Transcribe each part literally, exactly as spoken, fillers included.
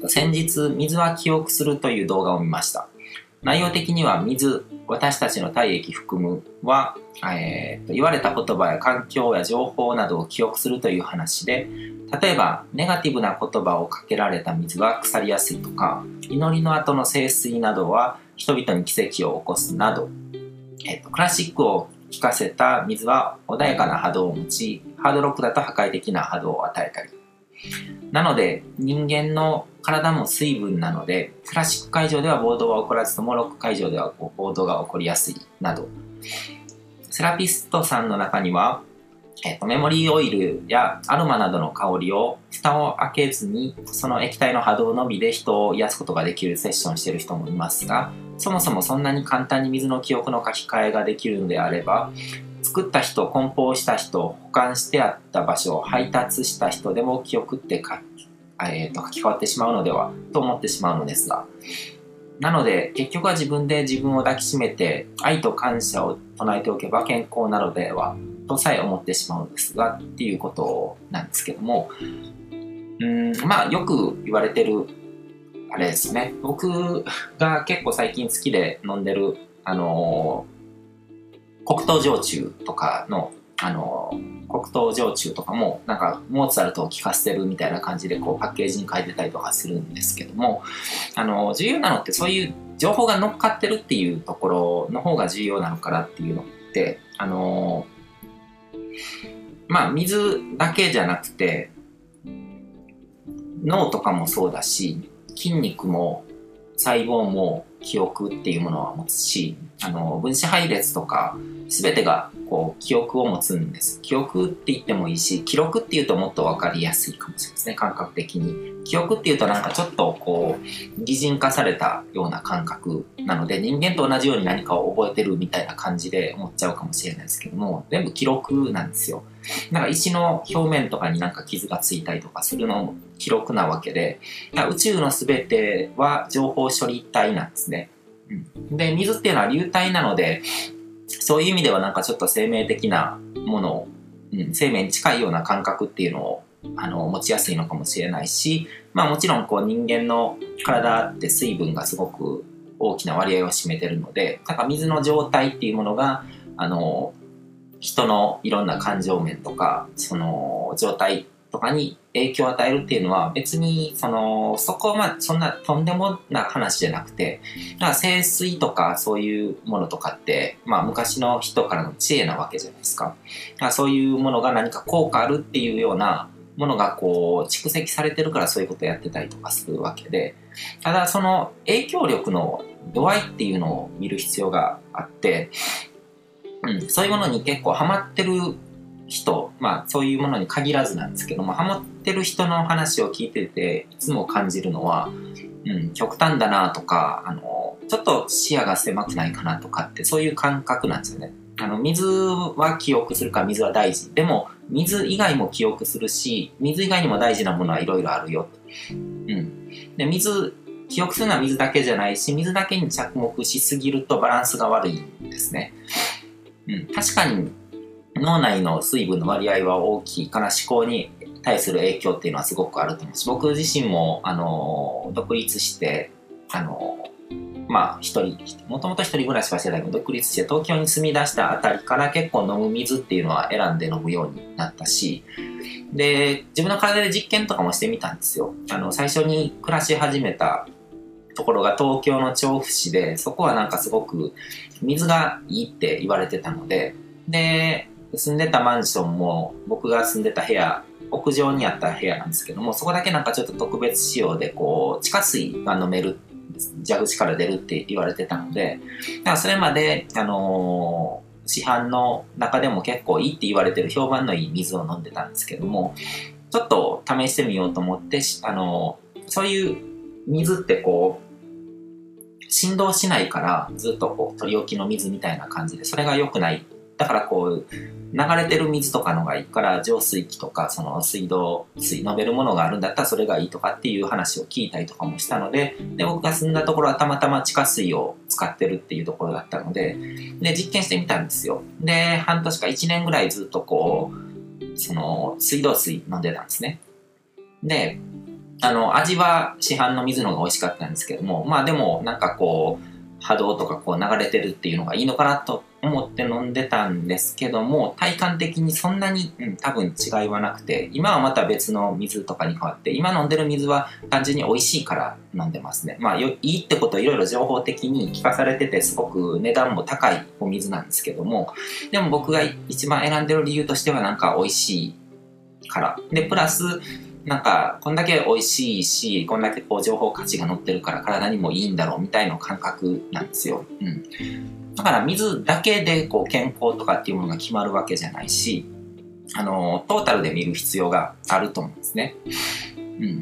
先日、水は記憶するという動画を見ました。内容的には水、私たちの体液含むは、えー、と言われた言葉や環境や情報などを記憶するという話で、例えばネガティブな言葉をかけられた水は腐りやすいとか、祈りの後の聖水などは人々に奇跡を起こすなど、えー、とクラシックを聴かせた水は穏やかな波動を持ち、ハードロックだと破壊的な波動を与えたり、なので人間の体も水分なので、クラシック会場では暴動は起こらずともロック会場では暴動が起こりやすいなど、セラピストさんの中には、えー、とメモリーオイルやアロマなどの香りを蓋を開けずにその液体の波動のみで人を癒すことができるセッションしている人もいますが、そもそもそんなに簡単に水の記憶の書き換えができるのであれば、作った人、梱包した人、保管してあった場所、配達した人でも記憶って書き、えー、と書き換わってしまうのではと思ってしまうのですが、なので結局は自分で自分を抱きしめて愛と感謝を唱えておけば健康なのではとさえ思ってしまうのですがっていうことなんですけども、うーんまあよく言われてるあれですね。僕が結構最近好きで飲んでるあのー、黒糖焼酎とかのあのー、黒糖焼酎とかもなんかモーツァルトを聴かせてるみたいな感じでこうパッケージに書いてたりとかするんですけども、あのー、重要なのってそういう情報が乗っかってるっていうところの方が重要なのかなっていうのってあのー、まあ水だけじゃなくて脳とかもそうだし、筋肉も細胞も記憶っていうものは持つし、あの分子配列とか全てがこう記憶を持つんです。記憶って言ってもいいし、記録っていうともっと分かりやすいかもしれないですね、感覚的に。記憶っていうとなんかちょっとこう擬人化されたような感覚なので、人間と同じように何かを覚えてるみたいな感じで思っちゃうかもしれないですけども、全部記録なんですよ。なんか石の表面とかになんか傷がついたりとかするのも記録なわけで、宇宙の全ては情報処理体なんですね。うん、で水っていうのは流体なので、そういう意味ではなんかちょっと生命的なものを、うん、生命に近いような感覚っていうのをあの持ちやすいのかもしれないし、まあもちろんこう人間の体って水分がすごく大きな割合を占めてるので、なんか水の状態っていうものがあの人のいろんな感情面とかその状態とかに影響を与えるっていうのは別にそのそこはまあそんなとんでもな話じゃなくて、だから聖水とかそういうものとかって、まあ、昔の人からの知恵なわけじゃないですか。だからそういうものが何か効果あるっていうようなものがこう蓄積されてるからそういうことをやってたりとかするわけで、ただその影響力の度合いっていうのを見る必要があって、うん、そういうものに結構ハマってる人、まあそういうものに限らずなんですけども、ハマってる人の話を聞いてていつも感じるのは、うん、極端だなとか、あのちょっと視野が狭くないかなとかって、そういう感覚なんですよね。あの水は記憶するから水は大事。でも水以外も記憶するし、水以外にも大事なものはいろいろあるよ。うん。で、水、記憶するのは水だけじゃないし、水だけに着目しすぎるとバランスが悪いんですね。うん、確かに脳内の水分の割合は大きいから思考に対する影響っていうのはすごくあると思うし、僕自身もあの独立してあのまあ一人もともと一人暮らしはしてたけど、独立して東京に住み出したあたりから結構飲む水っていうのは選んで飲むようになったし、で自分の体で実験とかもしてみたんですよ。あの最初に暮らし始めたところが東京の調布市で、そこはなんかすごく水がいいって言われてたので、で住んでたマンションも僕が住んでた部屋、屋上にあった部屋なんですけども、そこだけなんかちょっと特別仕様でこう地下水が飲める、蛇口から出るって言われてたので、だからそれまで、あのー、市販の中でも結構いいって言われてる評判のいい水を飲んでたんですけども、ちょっと試してみようと思って、あのー、そういう水ってこう振動しないからずっとこう取り置きの水みたいな感じで、それが良くない。だからこう流れてる水とかのがいいから、浄水器とかその水道水飲めるものがあるんだったらそれがいいとかっていう話を聞いたりとかもしたので、で僕が住んだところはたまたま地下水を使ってるっていうところだったので、で実験してみたんですよ。で半年かいちねんぐらいずっとこうその水道水飲んでたんですね。であの、味は市販の水の方が美味しかったんですけども、まあでもなんかこう、波動とかこう流れてるっていうのがいいのかなと思って飲んでたんですけども、体感的にそんなに、うん、多分違いはなくて、今はまた別の水とかに変わって、今飲んでる水は単純に美味しいから飲んでますね。まあよいいってことはいろいろ情報的に聞かされてて、すごく値段も高いお水なんですけども、でも僕が一番選んでる理由としてはなんか美味しいから。で、プラス、なんかこんだけ美味しいし、こんだけこう情報価値が載ってるから体にもいいんだろうみたいな感覚なんですよ。うん。だから水だけでこう健康とかっていうものが決まるわけじゃないし、あのトータルで見る必要があると思うんですね。うん。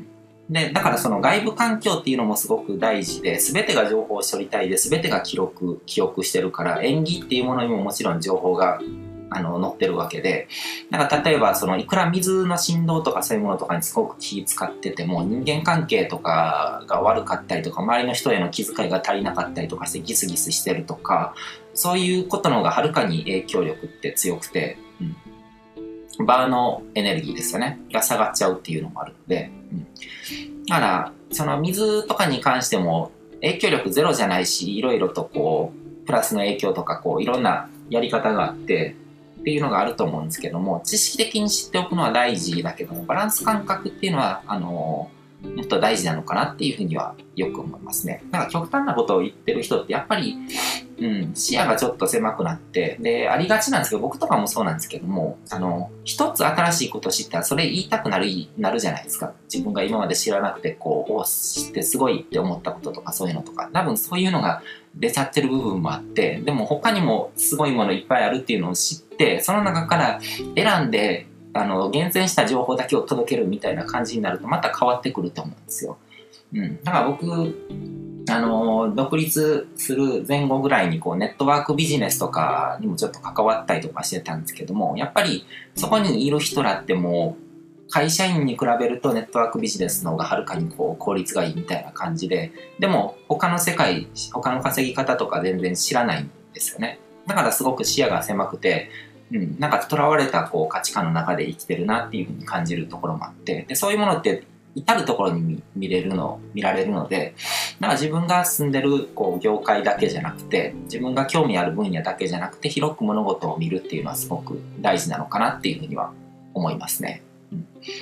で、だからその外部環境っていうのもすごく大事で、全てが情報処理体で全てが記録、記憶してるから、演技っていうものにももちろん情報があの載ってるわけで、なんか例えばそのいくら水の振動とかそういうものとかにすごく気使ってても、人間関係とかが悪かったりとか、周りの人への気遣いが足りなかったりとかしてギスギスしてるとか、そういうことの方がはるかに影響力って強くて、うん、場のエネルギーですよねが下がっちゃうっていうのもあるので、うん、だからその水とかに関しても影響力ゼロじゃないし、いろいろとこうプラスの影響とかこういろんなやり方があってっていうのがあると思うんですけども、知識的に知っておくのは大事だけども、バランス感覚っていうのはあのもっと大事なのかなっていうふうにはよく思いますね。だから極端なことを言ってる人ってやっぱり、うん、視野がちょっと狭くなって、で、ありがちなんですけど、僕とかもそうなんですけども、あの、一つ新しいことを知ったらそれ言いたくなる、なるじゃないですか。自分が今まで知らなくて、こう、お知ってすごいって思ったこととかそういうのとか、多分そういうのが出ちゃってる部分もあって、でも他にもすごいものいっぱいあるっていうのを知って、その中から選んで、あの、厳選した情報だけを届けるみたいな感じになるとまた変わってくると思うんですよ。うん。だから僕、あの、独立する前後ぐらいにこうネットワークビジネスとかにもちょっと関わったりとかしてたんですけども、やっぱりそこにいる人らってもう会社員に比べるとネットワークビジネスの方がはるかにこう効率がいいみたいな感じで、でも他の世界、他の稼ぎ方とか全然知らないんですよね。だからすごく視野が狭くて、うん、なんか囚われたこう価値観の中で生きてるなっていうふうに感じるところもあって、でそういうものって至るところに 見, 見れるの見られるので、だから自分が住んでるこう業界だけじゃなくて、自分が興味ある分野だけじゃなくて広く物事を見るっていうのはすごく大事なのかなっていうふうには思いますね。うん、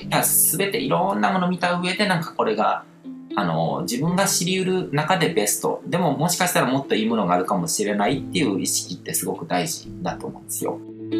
だから全ていろんなものを見た上で、なんかこれがあの自分が知り得る中でベストでも、もしかしたらもっといいものがあるかもしれないっていう意識ってすごく大事だと思うんですよ。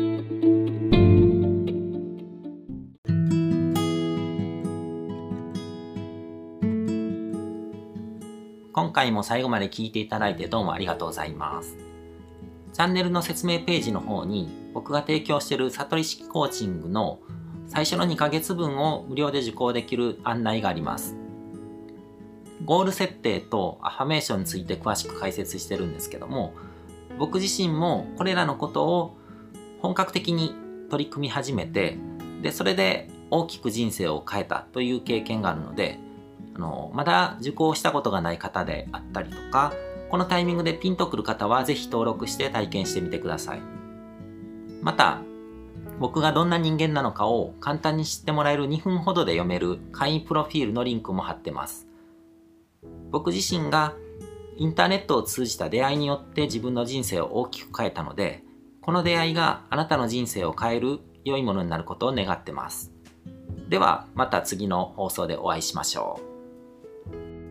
今回も最後まで聞いていただいてどうもありがとうございます。チャンネルの説明ページの方に僕が提供している悟り式コーチングの最初のにかげつぶんを無料で受講できる案内があります。ゴール設定とアファメーションについて詳しく解説してるんですけども、僕自身もこれらのことを本格的に取り組み始めて、でそれで大きく人生を変えたという経験があるので、あのまだ受講したことがない方であったりとか、このタイミングでピンとくる方はぜひ登録して体験してみてください。また僕がどんな人間なのかを簡単に知ってもらえるにふんほどで読める会員プロフィールのリンクも貼ってます。僕自身がインターネットを通じた出会いによって自分の人生を大きく変えたので、この出会いがあなたの人生を変える良いものになることを願ってます。ではまた次の放送でお会いしましょう。